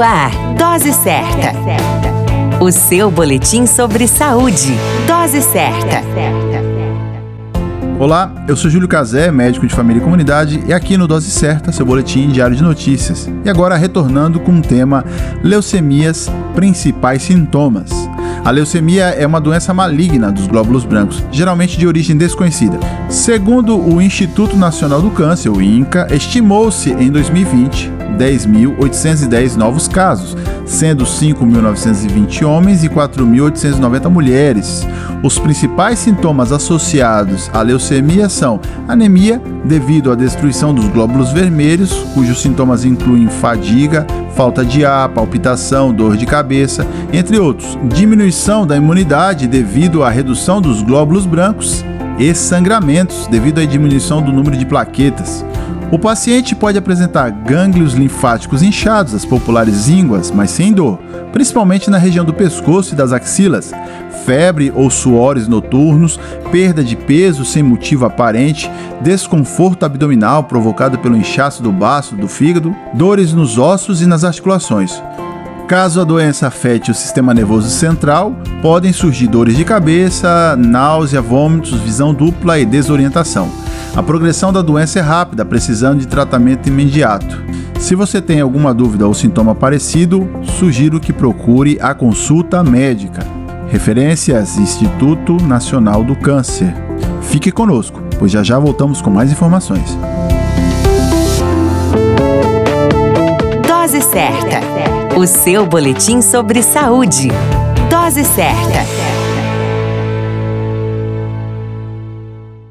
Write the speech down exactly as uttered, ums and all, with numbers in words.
ar, Dose Certa. O seu boletim sobre saúde. Dose Certa. Olá, eu sou Júlio Cazé, médico de família e comunidade, e aqui no Dose Certa, seu boletim diário de notícias. E agora retornando com o tema leucemias, principais sintomas. A leucemia é uma doença maligna dos glóbulos brancos, geralmente de origem desconhecida. Segundo o Instituto Nacional do Câncer, o INCA, estimou-se em dois mil e vinte dez mil oitocentos e dez novos casos, sendo cinco mil novecentos e vinte homens e quatro mil oitocentos e noventa mulheres. Os principais sintomas associados à leucemia são anemia, devido à destruição dos glóbulos vermelhos, cujos sintomas incluem fadiga, falta de ar, palpitação, dor de cabeça, entre outros. Diminuição da imunidade devido à redução dos glóbulos brancos e sangramentos devido à diminuição do número de plaquetas. O paciente pode apresentar gânglios linfáticos inchados, as populares ínguas, mas sem dor, principalmente na região do pescoço e das axilas, febre ou suores noturnos, perda de peso sem motivo aparente, desconforto abdominal provocado pelo inchaço do baço, do fígado, dores nos ossos e nas articulações. Caso a doença afete o sistema nervoso central, podem surgir dores de cabeça, náusea, vômitos, visão dupla e desorientação. A progressão da doença é rápida, precisando de tratamento imediato. Se você tem alguma dúvida ou sintoma parecido, sugiro que procure a consulta médica. Referências: Instituto Nacional do Câncer. Fique conosco, pois já já voltamos com mais informações. Dose Certa. O seu boletim sobre saúde. Dose Certa.